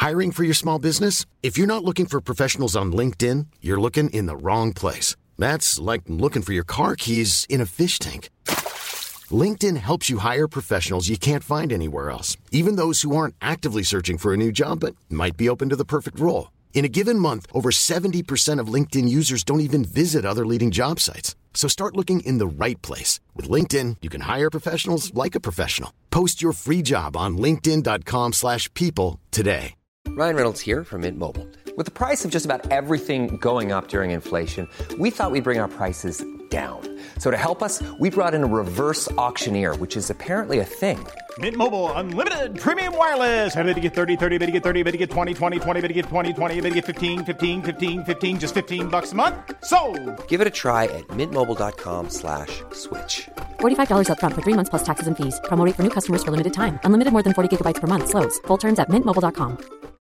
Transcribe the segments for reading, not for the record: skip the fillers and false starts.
Hiring for your small business? If you're not looking for professionals on LinkedIn, you're looking in the wrong place. That's like looking for your car keys in a fish tank. LinkedIn helps you hire professionals you can't find anywhere else, even those who aren't actively searching for a new job but might be open to the perfect role. In a given month, over 70% of LinkedIn users don't even visit other leading job sites. So start looking in the right place. With LinkedIn, you can hire professionals like a professional. Post your free job on linkedin.com/people today. Ryan Reynolds here from Mint Mobile. With the price of just about everything going up during inflation, we thought we'd bring our prices down. So to help us, we brought in a reverse auctioneer, which is apparently a thing. Mint Mobile Unlimited Premium Wireless. How to get 30, 30, bit to get 30, bit to get 20, 20, 20, bit to get 20, 20, bit to get 15, 15, 15, 15, just $15 a month? Sold! Give it a try at mintmobile.com/switch. $45 up front for 3 months plus taxes and fees. Promo rate for new customers for limited time. Unlimited more than 40 gigabytes per month. Slows full terms at mintmobile.com.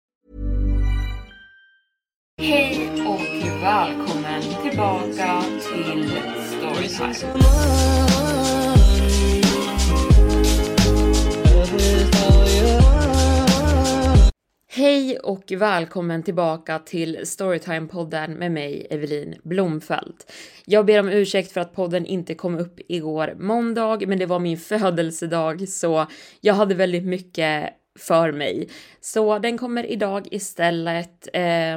Hej och välkommen tillbaka till Storytime. Hej och välkommen tillbaka till Storytime-podden med mig, Evelin Blomfelt. Jag ber om ursäkt för att podden inte kom upp igår måndag, men det var min födelsedag så jag hade väldigt mycket för mig. Så den kommer idag istället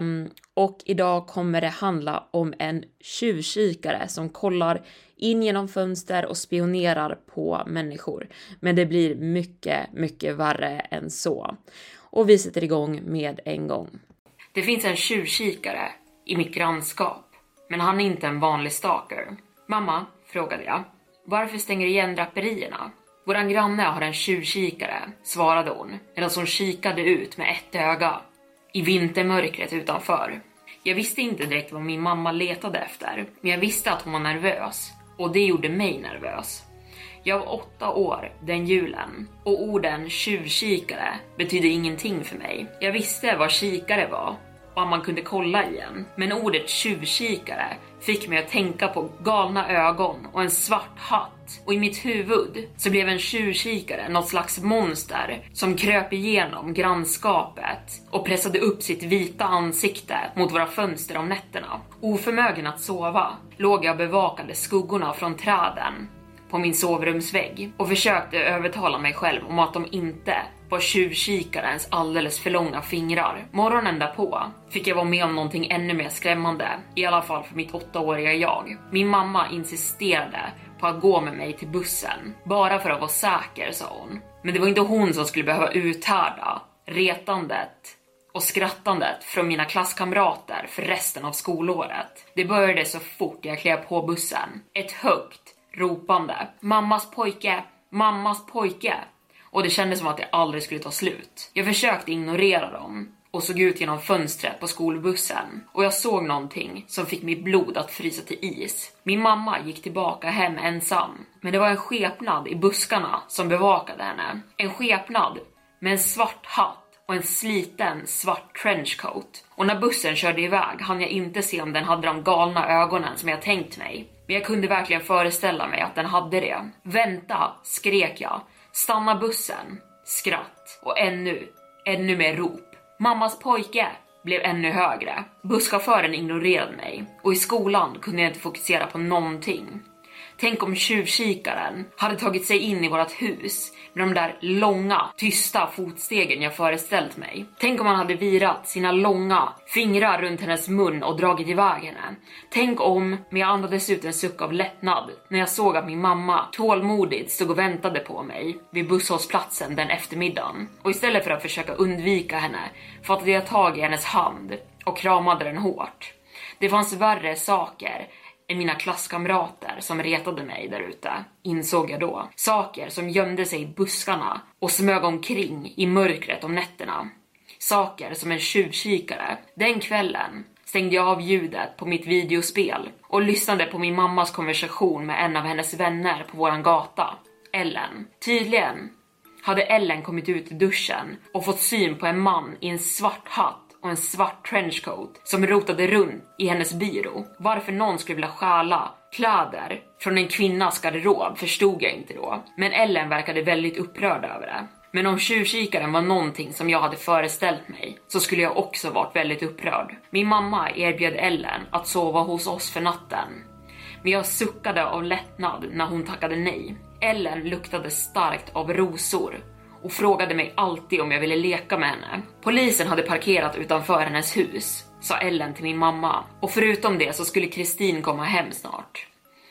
och idag kommer det handla om en tjuvkikare som kollar in genom fönster och spionerar på människor. Men det blir mycket, mycket värre än så. Och vi sätter igång med en gång. Det finns en tjuvkikare i mitt grannskap, men han är inte en vanlig stalker. Mamma, frågade jag, varför stänger du igen draperierna? Våran granne har en tjuvkikare, svarade hon, medan hon kikade ut med ett öga i vintermörkret utanför. Jag visste inte direkt vad min mamma letade efter, men jag visste att hon var nervös, och det gjorde mig nervös. Jag var 8 år den julen, och orden tjuvkikare betydde ingenting för mig. Jag visste vad kikare var och man kunde kolla igen, men ordet tjuvkikare fick mig att tänka på galna ögon och en svart hatt. Och i mitt huvud så blev en tjuvkikare något slags monster som kröp igenom grannskapet och pressade upp sitt vita ansikte mot våra fönster om nätterna. Oförmögen att sova låg jag bevakade skuggorna från träden på min sovrumsvägg och försökte övertala mig själv om att de inte var tjuvkikarens alldeles för långa fingrar. Morgonen därpå fick jag vara med om någonting ännu mer skrämmande, i alla fall för mitt 8-åriga jag. Min mamma insisterade på att gå med mig till bussen, bara för att vara säker, sa hon. Men det var inte hon som skulle behöva uthärda retandet och skrattandet från mina klasskamrater för resten av skolåret. Det började så fort jag klev på bussen. Ett högt ropande, mammas pojke, mammas pojke. Och det kändes som att det aldrig skulle ta slut. Jag försökte ignorera dem och såg ut genom fönstret på skolbussen. Och jag såg någonting som fick mitt blod att frysa till is. Min mamma gick tillbaka hem ensam. Men det var en skepnad i buskarna som bevakade henne. En skepnad med en svart hatt och en sliten svart trenchcoat. Och när bussen körde iväg hann jag inte se om den hade de galna ögonen som jag tänkt mig. Men jag kunde verkligen föreställa mig att den hade det. Vänta, skrek jag. Stanna bussen. Skratt. Och ännu mer rop. Mammas pojke blev ännu högre. Busschauffören ignorerade mig. Och i skolan kunde jag inte fokusera på någonting. Tänk om tjuvkikaren hade tagit sig in i vårt hus med de där långa, tysta fotstegen jag föreställt mig. Tänk om han hade virat sina långa fingrar runt hennes mun och dragit iväg henne. Tänk om, men jag andades ut en suck av lättnad när jag såg att min mamma tålmodigt stod och väntade på mig vid busshållplatsen den eftermiddagen. Och istället för att försöka undvika henne fattade jag tag i hennes hand och kramade den hårt. Det fanns värre saker än mina klasskamrater som retade mig där ute, insåg jag då. Saker som gömde sig i buskarna och smög omkring i mörkret om nätterna. Saker som en tjuvkikare. Den kvällen stängde jag av ljudet på mitt videospel och lyssnade på min mammas konversation med en av hennes vänner på våran gata, Ellen. Tydligen hade Ellen kommit ut i duschen och fått syn på en man i en svart hatt och en svart trenchcoat som rotade runt i hennes byrå. Varför någon skulle vilja stjäla kläder från en kvinnas garderob förstod jag inte då. Men Ellen verkade väldigt upprörd över det. Men om tjuvkikaren var någonting som jag hade föreställt mig så skulle jag också varit väldigt upprörd. Min mamma erbjöd Ellen att sova hos oss för natten. Men jag suckade av lättnad när hon tackade nej. Ellen luktade starkt av rosor och frågade mig alltid om jag ville leka med henne. Polisen hade parkerat utanför hennes hus, sa Ellen till min mamma. Och förutom det så skulle Kristin komma hem snart.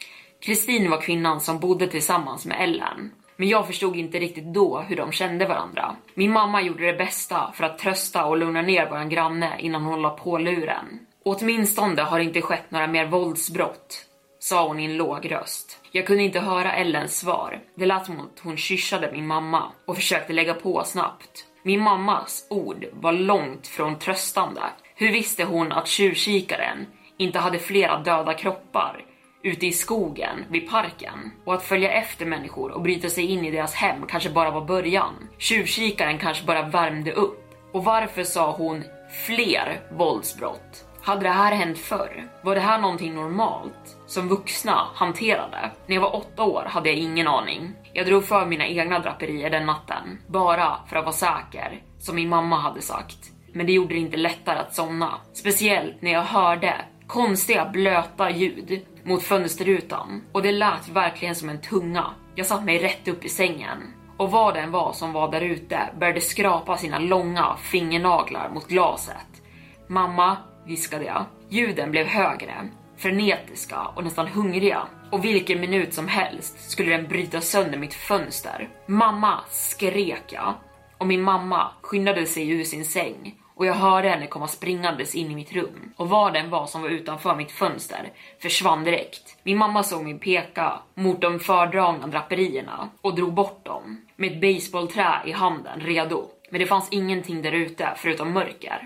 Kristin var kvinnan som bodde tillsammans med Ellen. Men jag förstod inte riktigt då hur de kände varandra. Min mamma gjorde det bästa för att trösta och lugna ner våran granne innan hon la på luren. Åtminstone har det inte skett några mer våldsbrott, sa hon i en låg röst. Jag kunde inte höra Ellens svar. Det lät som att hon kyssade min mamma och försökte lägga på snabbt. Min mammas ord var långt från tröstande. Hur visste hon att tjuvkikaren inte hade flera döda kroppar ute i skogen vid parken? Och att följa efter människor och bryta sig in i deras hem kanske bara var början. Tjuvkikaren kanske bara värmde upp. Och varför sa hon fler våldsbrott? Hade det här hänt förr? Var det här någonting normalt som vuxna hanterade? När jag var 8 år hade jag ingen aning. Jag drog för mina egna draperier den natten, bara för att vara säker, som min mamma hade sagt. Men det gjorde det inte lättare att somna. Speciellt när jag hörde konstiga blöta ljud mot fönsterrutan. Och det lät verkligen som en tunga. Jag satt mig rätt upp i sängen. Och vad den var som var där ute började skrapa sina långa fingernaglar mot glaset. Mamma, viskade jag. Ljuden blev högre, frenetiska och nästan hungriga. Och vilken minut som helst skulle den bryta sönder mitt fönster. Mamma, skrek jag. Och min mamma skyndade sig ur sin säng. Och jag hörde henne komma springandes in i mitt rum. Och vad den var som var utanför mitt fönster försvann direkt. Min mamma såg mig peka mot de fördragna draperierna och drog bort dem. Med ett baseballträ i handen, redo. Men det fanns ingenting där ute förutom mörker.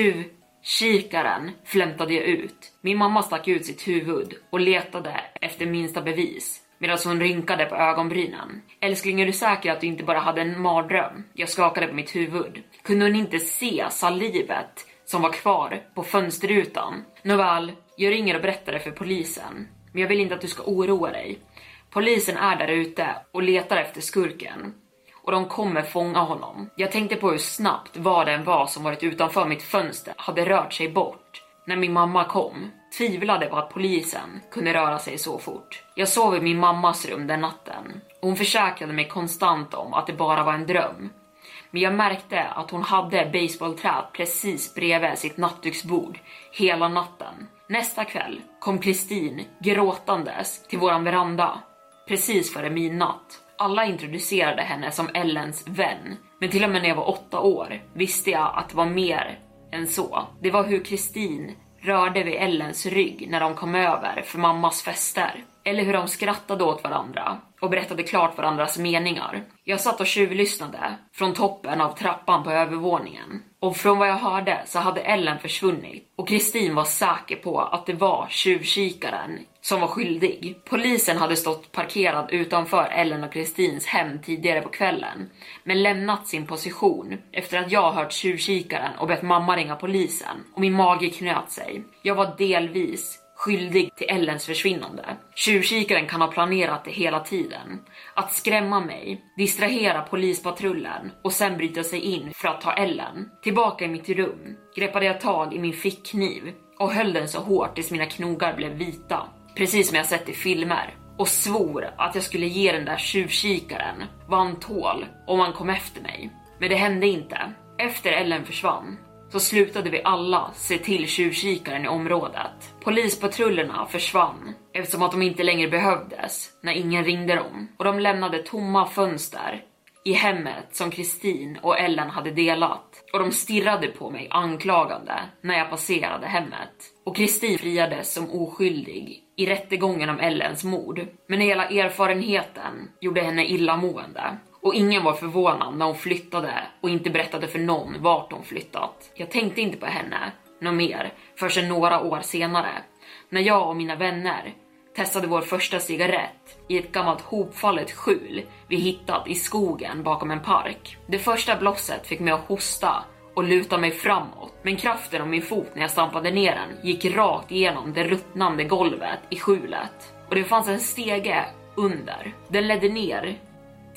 Tjuvkikaren, flämtade jag ut. Min mamma stack ut sitt huvud och letade efter minsta bevis, medan hon rynkade på ögonbrynen. Älskling, är du säker att du inte bara hade en mardröm? Jag skakade på mitt huvud. Kunde hon inte se salivet som var kvar på fönsterrutan? Nåväl, jag ringer och berättar det för polisen. Men jag vill inte att du ska oroa dig. Polisen är där ute och letar efter skurken. Och de kommer fånga honom. Jag tänkte på hur snabbt vad den var som varit utanför mitt fönster hade rört sig bort. När min mamma kom, tvivlade på att polisen kunde röra sig så fort. Jag sov i min mammas rum den natten. Och hon försäkrade mig konstant om att det bara var en dröm. Men jag märkte att hon hade baseballträt precis bredvid sitt nattduksbord hela natten. Nästa kväll kom Kristin gråtandes till våran veranda precis före midnatt. Alla introducerade henne som Ellens vän. Men till och med när jag var 8 år visste jag att det var mer än så. Det var hur Kristin rörde vid Ellens rygg när de kom över för mammas fester. Eller hur de skrattade åt varandra och berättade klart varandras meningar. Jag satt och tjuvlyssnade från toppen av trappan på övervåningen. Och från vad jag hörde så hade Ellen försvunnit. Och Kristin var säker på att det var tjuvkikaren som var skyldig. Polisen hade stått parkerad utanför Ellen och Kristins hem tidigare på kvällen. Men lämnat sin position efter att jag hört tjuvkikaren och bett mamma ringa polisen. Och min mage knöt sig. Jag var delvis skyldig till Ellens försvinnande. Tjuvkikaren kan ha planerat det hela tiden. Att skrämma mig, distrahera polispatrullen och sen bryta sig in för att ta Ellen. Tillbaka i mitt rum greppade jag tag i min fickkniv och höll den så hårt tills mina knogar blev vita. Precis som jag sett i filmer. Och svor att jag skulle ge den där tjuvkikaren vad han tål om han kom efter mig. Men det hände inte. Efter Ellen försvann så slutade vi alla se till tjuvkikaren i området. Polispatrullerna försvann eftersom att de inte längre behövdes när ingen ringde dem. Och de lämnade tomma fönster i hemmet som Kristin och Ellen hade delat. Och de stirrade på mig anklagande när jag passerade hemmet. Och Kristin friades som oskyldig i rättegången om Ellens mord. Men hela erfarenheten gjorde henne illamående. Och ingen var förvånad när hon flyttade och inte berättade för någon vart hon flyttat. Jag tänkte inte på henne något mer förrän några år senare. När jag och mina vänner testade vår första cigarett i ett gammalt hopfallet skjul vi hittat i skogen bakom en park. Det första blåset fick mig att hosta och luta mig framåt. Men kraften av min fot när jag stampade ner den gick rakt igenom det ruttnande golvet i skjulet. Och det fanns en stege under. Den ledde ner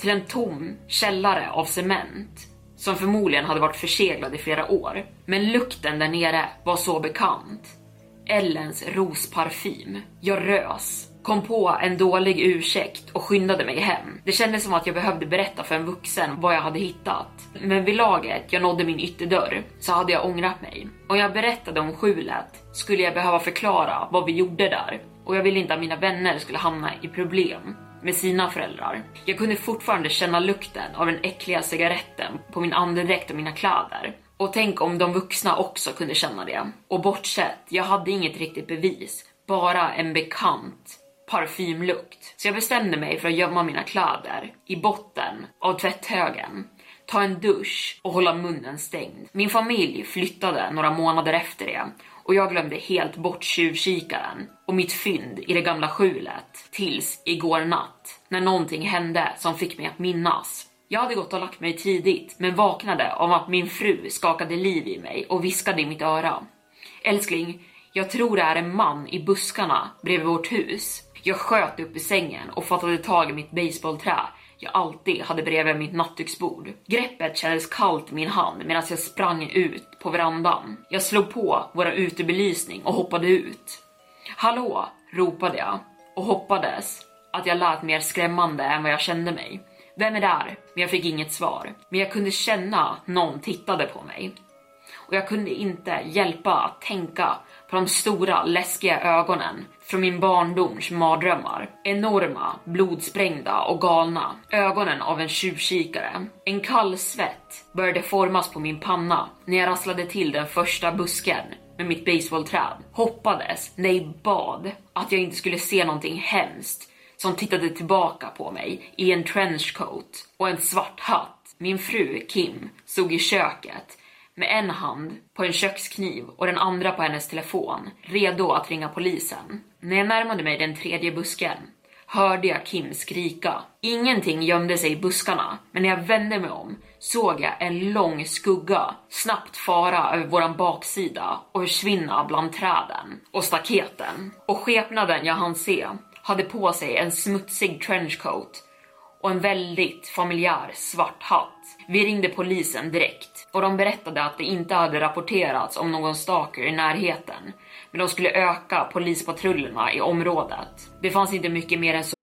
till en tom källare av cement som förmodligen hade varit förseglad i flera år. Men lukten där nere var så bekant. Ellens rosparfym. Jag rös, kom på en dålig ursäkt och skyndade mig hem. Det kändes som att jag behövde berätta för en vuxen vad jag hade hittat. Men vid laget jag nådde min ytterdörr så hade jag ångrat mig. Och jag berättade om skjulet skulle jag behöva förklara vad vi gjorde där. Och jag ville inte att mina vänner skulle hamna i problem med sina föräldrar. Jag kunde fortfarande känna lukten av den äckliga cigaretten på min andedräkt och mina kläder. Och tänk om de vuxna också kunde känna det. Och bortsett, jag hade inget riktigt bevis. Bara en bekant parfymlukt. Så jag bestämde mig för att gömma mina kläder i botten av tvätthögen. Ta en dusch och hålla munnen stängd. Min familj flyttade några månader efter det. Och jag glömde helt bort tjuvkikaren och mitt fynd i det gamla skjulet. Tills igår natt. När någonting hände som fick mig att minnas. Jag hade gått och lagt mig tidigt. Men vaknade av att min fru skakade liv i mig och viskade i mitt öra. Älskling, jag tror det är en man i buskarna bredvid vårt hus. Jag sköt upp i sängen och fattade tag i mitt baseballträ jag alltid hade bredvid mitt nattduksbord. Greppet kändes kallt i min hand medan jag sprang ut på verandan. Jag slog på våra utebelysning och hoppade ut. Hallå, ropade jag och hoppades att jag lät mer skrämmande än vad jag kände mig. Vem är där? Men jag fick inget svar. Men jag kunde känna någon tittade på mig. Och jag kunde inte hjälpa att tänka på de stora läskiga ögonen från min barndoms mardrömmar. Enorma, blodsprängda och galna. Ögonen av en tjuvkikare. En kall svett började formas på min panna när jag rasslade till den första busken med mitt baseballträd. Hoppades, nej bad, att jag inte skulle se någonting hemskt som tittade tillbaka på mig i en trenchcoat och en svart hatt. Min fru Kim stod i köket med en hand på en kökskniv och den andra på hennes telefon, redo att ringa polisen. När jag närmade mig den tredje busken hörde jag Kim skrika. Ingenting gömde sig i buskarna, men när jag vände mig om såg jag en lång skugga snabbt fara över våran baksida och försvinna bland träden och staketen. Och skepnaden jag hann se hade på sig en smutsig trenchcoat och en väldigt familjär svart hatt. Vi ringde polisen direkt och de berättade att det inte hade rapporterats om någon stalker i närheten. Men de skulle öka polispatrullerna i området. Det fanns inte mycket mer än så.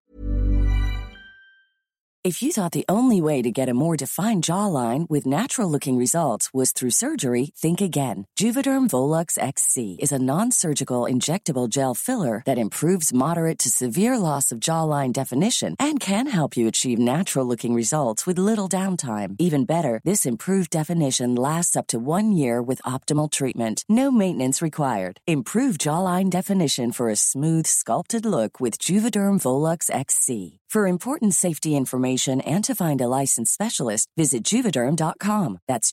If you thought the only way to get a more defined jawline with natural-looking results was through surgery, think again. Juvederm Volux XC is a non-surgical injectable gel filler that improves moderate to severe loss of jawline definition and can help you achieve natural-looking results with little downtime. Even better, this improved definition lasts up to 1 year with optimal treatment. No maintenance required. Improve jawline definition for a smooth, sculpted look with Juvederm Volux XC. For important safety information and to find a licensed specialist, visit Juvederm.com. That's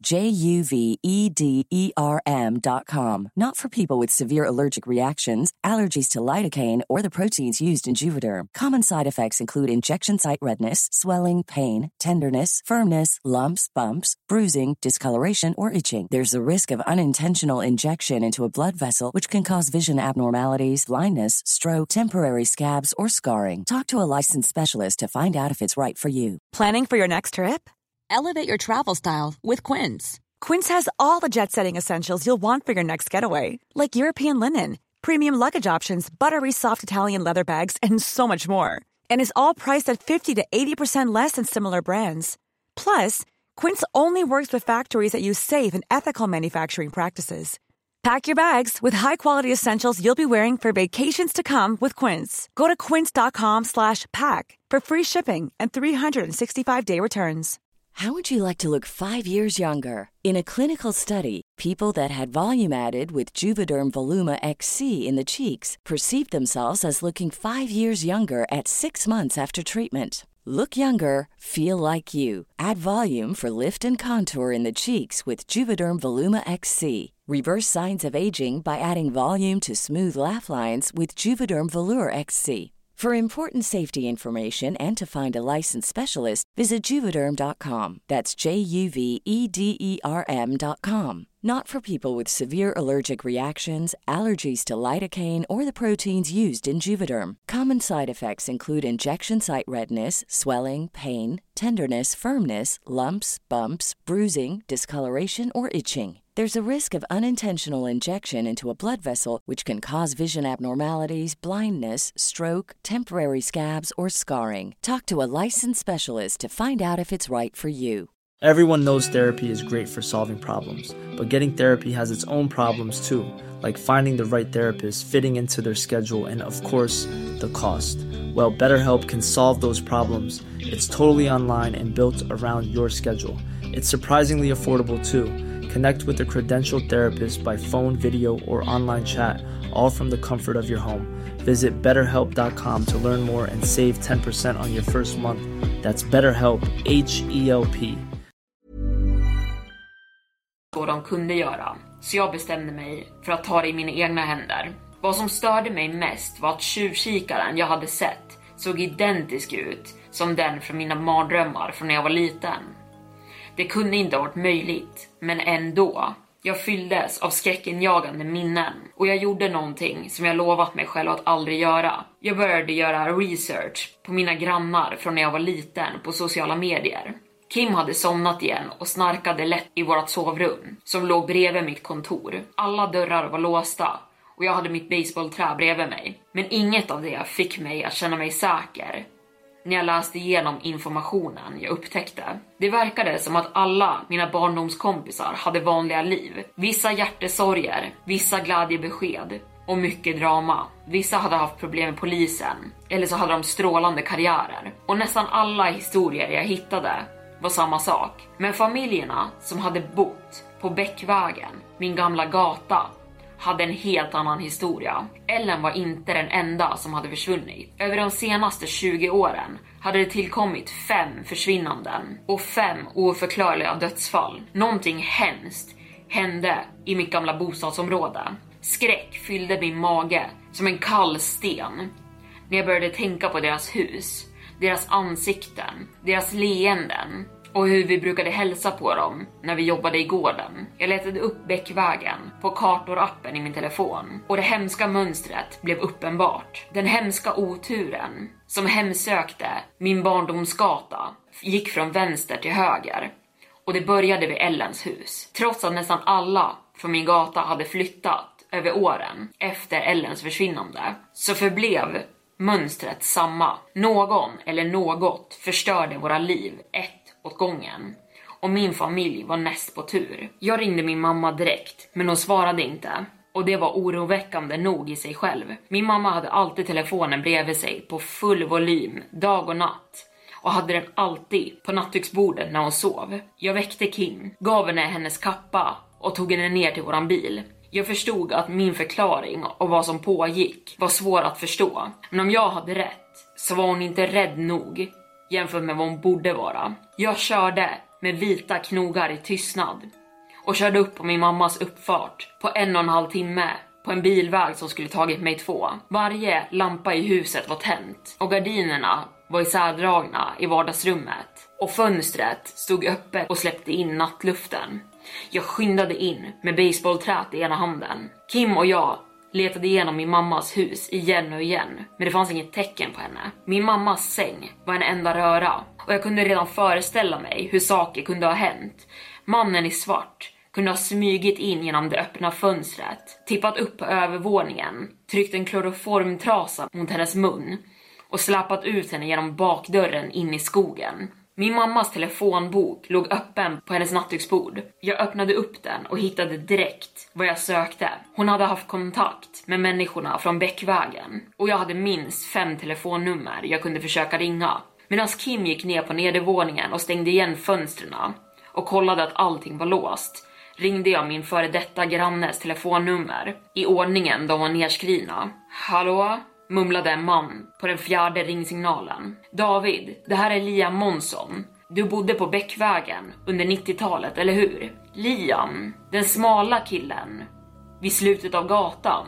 Juvederm.com. Not for people with severe allergic reactions, allergies to lidocaine, or the proteins used in Juvederm. Common side effects include injection site redness, swelling, pain, tenderness, firmness, lumps, bumps, bruising, discoloration, or itching. There's a risk of unintentional injection into a blood vessel, which can cause vision abnormalities, blindness, stroke, temporary scabs, or scarring. Talk to a licensed specialist to find out if it's right for you. Planning for your next trip? Elevate your travel style with Quince. Quince has all the jet-setting essentials you'll want for your next getaway, like European linen, premium luggage options, buttery soft Italian leather bags, and so much more. And is all priced at 50 to 80% less than similar brands. Plus, Quince only works with factories that use safe and ethical manufacturing practices. Pack your bags with high-quality essentials you'll be wearing for vacations to come with Quince. Go to quince.com/pack for free shipping and 365-day returns. How would you like to look 5 years younger? In a clinical study, people that had volume added with Juvederm Voluma XC in the cheeks perceived themselves as looking 5 years younger at 6 months after treatment. Look younger, feel like you. Add volume for lift and contour in the cheeks with Juvederm Voluma XC. Reverse signs of aging by adding volume to smooth laugh lines with Juvederm Volure XC. For important safety information and to find a licensed specialist, visit Juvederm.com. That's JUVEDERM.com. Not for people with severe allergic reactions, allergies to lidocaine, or the proteins used in Juvederm. Common side effects include injection site redness, swelling, pain, tenderness, firmness, lumps, bumps, bruising, discoloration, or itching. There's a risk of unintentional injection into a blood vessel, which can cause vision abnormalities, blindness, stroke, temporary scabs, or scarring. Talk to a licensed specialist to find out if it's right for you. Everyone knows therapy is great for solving problems, but getting therapy has its own problems too, like finding the right therapist, fitting into their schedule, and of course, the cost. Well, BetterHelp can solve those problems. It's totally online and built around your schedule. It's surprisingly affordable too. Connect with a credentialed therapist by phone, video, or online chat, all from the comfort of your home. Visit BetterHelp.com to learn more and save 10% on your first month. That's BetterHelp, H-E-L-P. Vad de kunde göra, så jag bestämde mig för att ta det i mina egna händer. Vad som störde mig mest var att tjuvkikaren jag hade sett såg identisk ut som den från mina mardrömmar från när jag var liten. Det kunde inte ha varit möjligt, men ändå. Jag fylldes av skräckinjagande minnen och jag gjorde någonting som jag lovat mig själv att aldrig göra. Jag började göra research på mina grannar från när jag var liten på sociala medier. Kim hade somnat igen och snarkade lätt i vårt sovrum som låg bredvid mitt kontor. Alla dörrar var låsta och jag hade mitt baseballträ bredvid mig. Men inget av det fick mig att känna mig säker. När jag läste igenom informationen jag upptäckte. Det verkade som att alla mina barndomskompisar hade vanliga liv. Vissa hjärtesorger, vissa glädjebesked och mycket drama. Vissa hade haft problem med polisen, eller så hade de strålande karriärer. Och nästan alla historier jag hittade var samma sak. Men familjerna som hade bott på Bäckvägen, min gamla gata, hade en helt annan historia. Ellen var inte den enda som hade försvunnit. Över de senaste 20 åren hade det tillkommit 5 försvinnanden och 5 oförklarliga dödsfall. Någonting hemskt hände i mitt gamla bostadsområde. Skräck fyllde min mage som en kall sten när jag började tänka på deras hus, deras ansikten, deras leenden och hur vi brukade hälsa på dem när vi jobbade i gården. Jag letade upp Bäckvägen på kartor-appen i min telefon och det hemska mönstret blev uppenbart. Den hemska oturen som hemsökte min barndomsgata gick från vänster till höger och det började vid Ellens hus. Trots att nästan alla från min gata hade flyttat över åren efter Ellens försvinnande så förblev mönstret samma. Någon eller något förstörde våra liv ett åt gången. Och min familj var näst på tur. Jag ringde min mamma direkt, men hon svarade inte. Och det var oroväckande nog i sig själv. Min mamma hade alltid telefonen bredvid sig på full volym, dag och natt. Och hade den alltid på nattduksbordet när hon sov. Jag väckte Kim, gav henne hennes kappa och tog henne ner till våran bil. Jag förstod att min förklaring och vad som pågick var svår att förstå. Men om jag hade rätt så var hon inte rädd nog jämfört med vad hon borde vara. Jag körde med vita knogar i tystnad och körde upp på min mammas uppfart på 1,5 timme på en bilväg som skulle tagit mig 2. Varje lampa i huset var tänt och gardinerna var isärdragna i vardagsrummet och fönstret stod öppet och släppte in nattluften. Jag skyndade in med baseballträt i ena handen. Kim och jag letade igenom min mammas hus igen och igen, men det fanns inget tecken på henne. Min mammas säng var en enda röra och jag kunde redan föreställa mig hur saker kunde ha hänt. Mannen i svart kunde ha smygit in genom det öppna fönstret, tippat upp på övervåningen, tryckt en kloroformtrasa mot hennes mun och släpat ut henne genom bakdörren in i skogen. Min mammas telefonbok låg öppen på hennes nattduksbord. Jag öppnade upp den och hittade direkt vad jag sökte. Hon hade haft kontakt med människorna från Bäckvägen och jag hade minst 5 telefonnummer jag kunde försöka ringa. Medan Kim gick ner på nedervåningen och stängde igen fönstren och kollade att allting var låst, ringde jag min före detta grannes telefonnummer i ordningen de var nedskrivna. Hallå? Mumlade en man på den 4:e ringsignalen. David, det här är Liam Månsson. Du bodde på Bäckvägen under 90-talet, eller hur? Liam, den smala killen vid slutet av gatan.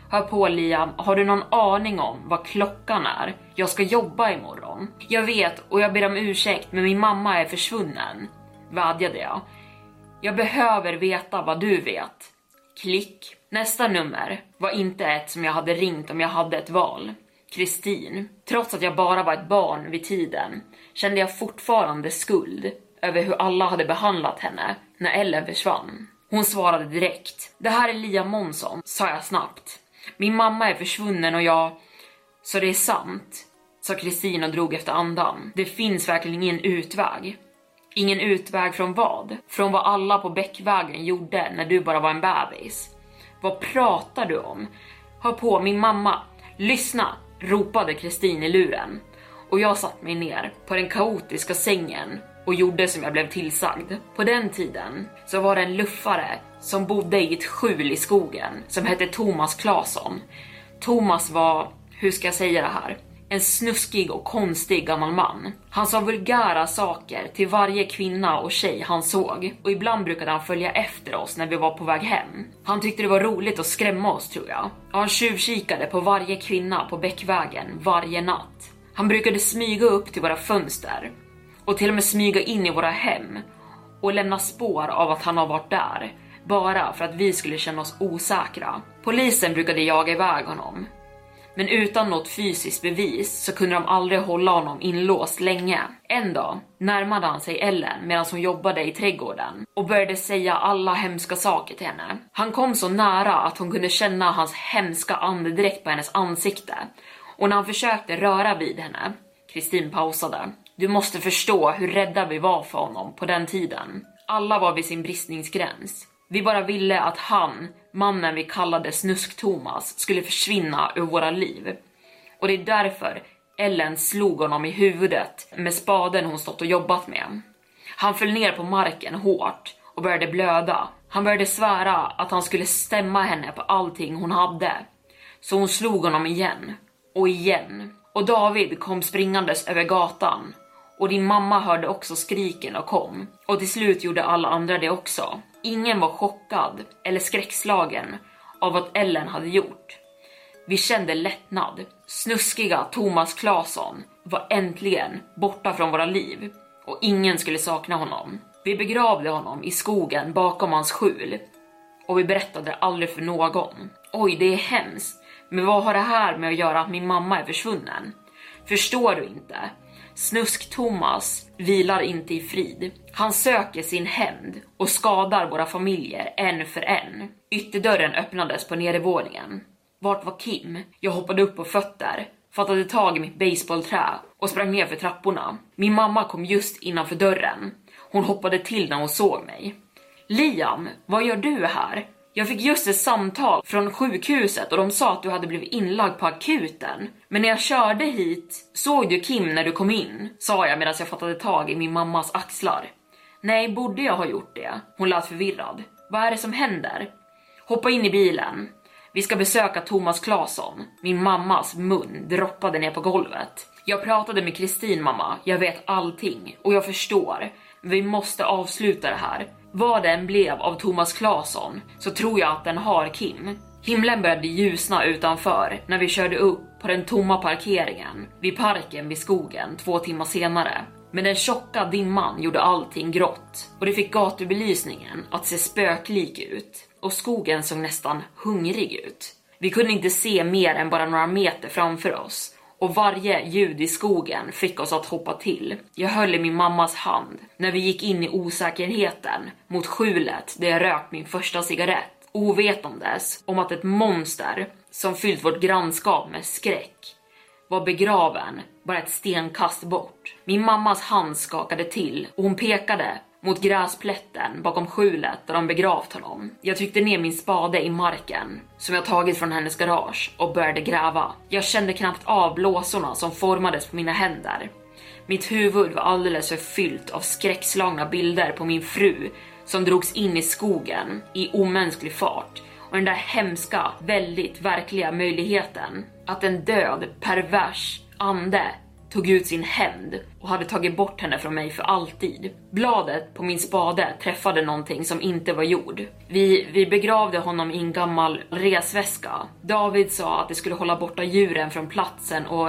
Hör på Liam, har du någon aning om vad klockan är? Jag ska jobba imorgon. Jag vet och jag ber om ursäkt, men min mamma är försvunnen. Vädjade jag. Jag behöver veta vad du vet. Klick. Nästa nummer var inte ett som jag hade ringt om jag hade ett val. Kristin. Trots att jag bara var ett barn vid tiden kände jag fortfarande skuld över hur alla hade behandlat henne när Ellen försvann. Hon svarade direkt. Det här är Liam Månsson, sa jag snabbt. Min mamma är försvunnen och jag... Så det är sant, sa Kristin och drog efter andan. Det finns verkligen ingen utväg. Ingen utväg från vad? Från vad alla på Bäckvägen gjorde när du bara var en bebis. Vad pratar du om? Hör på, min mamma. Lyssna, ropade Kristin i luren. Och jag satt mig ner på den kaotiska sängen och gjorde som jag blev tillsagd. På den tiden så var det en luffare som bodde i ett skjul i skogen som hette Thomas Claesson. Thomas var, hur ska jag säga det här? En snuskig och konstig gammal man. Han sa vulgära saker till varje kvinna och tjej han såg. Och ibland brukade han följa efter oss när vi var på väg hem. Han tyckte det var roligt att skrämma oss, tror jag. Och han tjuvkikade på varje kvinna på Bäckvägen varje natt. Han brukade smyga upp till våra fönster. Och till och med smyga in i våra hem. Och lämna spår av att han har varit där. Bara för att vi skulle känna oss osäkra. Polisen brukade jaga iväg honom. Men utan något fysiskt bevis så kunde de aldrig hålla honom inlåst länge. En dag närmade han sig Ellen medan hon jobbade i trädgården och började säga alla hemska saker till henne. Han kom så nära att hon kunde känna hans hemska andedräkt på hennes ansikte. Och när han försökte röra vid henne, Kristin pausade. Du måste förstå hur rädda vi var för honom på den tiden. Alla var vid sin bristningsgräns. Vi bara ville att han, mannen vi kallade Snusk Thomas, skulle försvinna ur våra liv. Och det är därför Ellen slog honom i huvudet med spaden hon stått och jobbat med. Han föll ner på marken hårt och började blöda. Han började svära att han skulle stämma henne på allting hon hade. Så hon slog honom igen och igen. Och David kom springandes över gatan. Och din mamma hörde också skriken och kom. Och till slut gjorde alla andra det också. Ingen var chockad eller skräckslagen av vad Ellen hade gjort. Vi kände lättnad. Snuskiga Thomas Claesson var äntligen borta från våra liv. Och ingen skulle sakna honom. Vi begravde honom i skogen bakom hans skjul. Och vi berättade aldrig för någon. Oj, det är hemskt. Men vad har det här med att göra att min mamma är försvunnen? Förstår du inte? Snusk Thomas vilar inte i frid. Han söker sin hämnd och skadar våra familjer en för en. Ytterdörren öppnades på nedervåningen. Vart var Kim? Jag hoppade upp på fötter, fattade tag i mitt baseballträ och sprang ner för trapporna. Min mamma kom just innanför dörren. Hon hoppade till när hon såg mig. Liam, vad gör du här? Jag fick just ett samtal från sjukhuset och de sa att du hade blivit inlagd på akuten. Men när jag körde hit såg du Kim när du kom in, sa jag medan jag fattade tag i min mammas axlar. Nej, borde jag ha gjort det? Hon lät förvirrad. Vad är det som händer? Hoppa in i bilen. Vi ska besöka Thomas Claesson. Min mammas mun droppade ner på golvet. Jag pratade med Kristin, mamma. Jag vet allting och jag förstår. Vi måste avsluta det här. Vad det än blev av Thomas Claesson så tror jag att den har Kim. Himlen började ljusna utanför när vi körde upp på den tomma parkeringen vid parken vid skogen 2 timmar senare. Men den tjocka dimman gjorde allting grått och det fick gatubelysningen att se spöklik ut och skogen såg nästan hungrig ut. Vi kunde inte se mer än bara några meter framför oss. Och varje ljud i skogen fick oss att hoppa till. Jag höll i min mammas hand när vi gick in i osäkerheten mot skjulet där jag rökt min första cigarett. Ovetandes om att ett monster som fyllt vårt grannskap med skräck var begraven bara ett stenkast bort. Min mammas hand skakade till och hon pekade mot gräsplätten bakom skjulet där de begravt honom. Jag tryckte ner min spade i marken som jag tagit från hennes garage och började gräva. Jag kände knappt av blåsorna som formades på mina händer. Mitt huvud var alldeles för fyllt av skräckslagna bilder på min fru som drogs in i skogen i omänsklig fart. Och den där hemska, väldigt verkliga möjligheten att en död, pervers ande tog ut sin hämnd och hade tagit bort henne från mig för alltid. Bladet på min spade träffade någonting som inte var jord. Vi begravde honom i en gammal resväska. David sa att det skulle hålla borta djuren från platsen och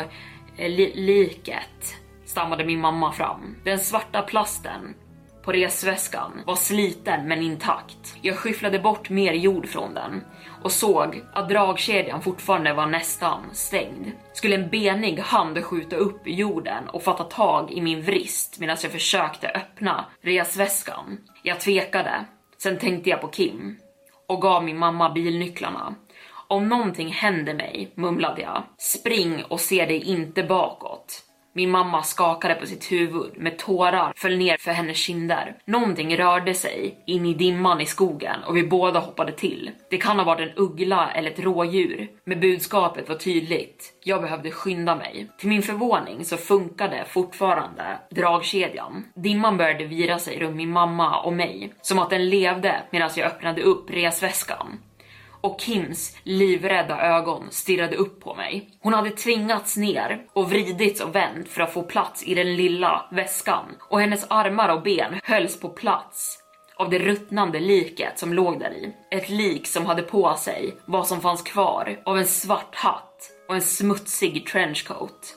liket, stammade min mamma fram. Den svarta plasten på resväskan var sliten men intakt. Jag skyfflade bort mer jord från den och såg att dragkedjan fortfarande var nästan stängd. Skulle en benig hand skjuta upp jorden och fatta tag i min vrist medan jag försökte öppna resväskan. Jag tvekade. Sen tänkte jag på Kim och gav min mamma bilnycklarna. Om någonting händer mig, mumlade jag, spring och se dig inte bakåt. Min mamma skakade på sitt huvud med tårar föll ner för hennes kinder. Någonting rörde sig in i dimman i skogen och vi båda hoppade till. Det kan ha varit en uggla eller ett rådjur, men budskapet var tydligt. Jag behövde skynda mig. Till min förvåning så funkade fortfarande dragkedjan. Dimman började vira sig runt min mamma och mig, som att den levde medan jag öppnade upp resväskan. Och Kims livrädda ögon stirrade upp på mig. Hon hade tvingats ner och vridits och vänt för att få plats i den lilla väskan. Och hennes armar och ben hölls på plats av det ruttnande liket som låg där i. Ett lik som hade på sig vad som fanns kvar av en svart hatt och en smutsig trenchcoat.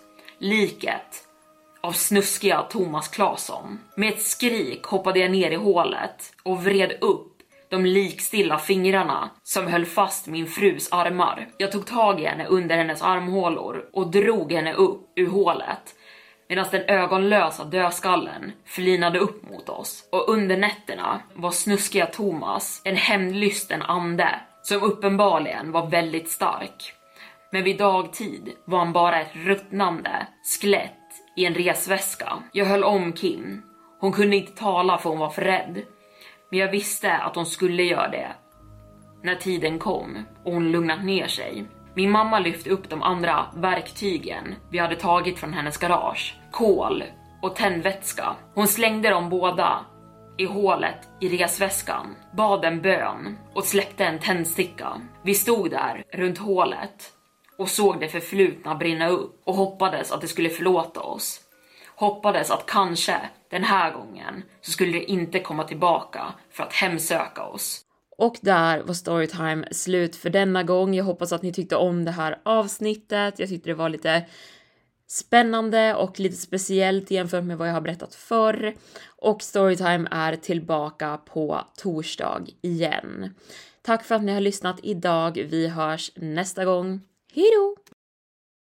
Liket av snuskiga Thomas Claesson. Med ett skrik hoppade jag ner i hålet och vred upp de likstilla fingrarna som höll fast min frus armar. Jag tog tag i henne under hennes armhålor och drog henne upp ur hålet medan den ögonlösa dödskallen flinade upp mot oss. Och under nätterna var snuskiga Thomas en hämndlysten ande som uppenbarligen var väldigt stark. Men vid dagtid var han bara ett ruttnande skelett i en resväska. Jag höll om Kim. Hon kunde inte tala för hon var för rädd. Men jag visste att hon skulle göra det när tiden kom och hon lugnat ner sig. Min mamma lyfte upp de andra verktygen vi hade tagit från hennes garage. Kol och tändvätska. Hon slängde dem båda i hålet i resväskan, bad en bön och släppte en tändsticka. Vi stod där runt hålet och såg det förflutna brinna upp och hoppades att det skulle förlåta oss. Hoppades att kanske den här gången så skulle det inte komma tillbaka för att hemsöka oss. Och där var Storytime slut för denna gång. Jag hoppas att ni tyckte om det här avsnittet. Jag tyckte det var lite spännande och lite speciellt jämfört med vad jag har berättat förr. Och Storytime är tillbaka på torsdag igen. Tack för att ni har lyssnat idag. Vi hörs nästa gång. Hej då!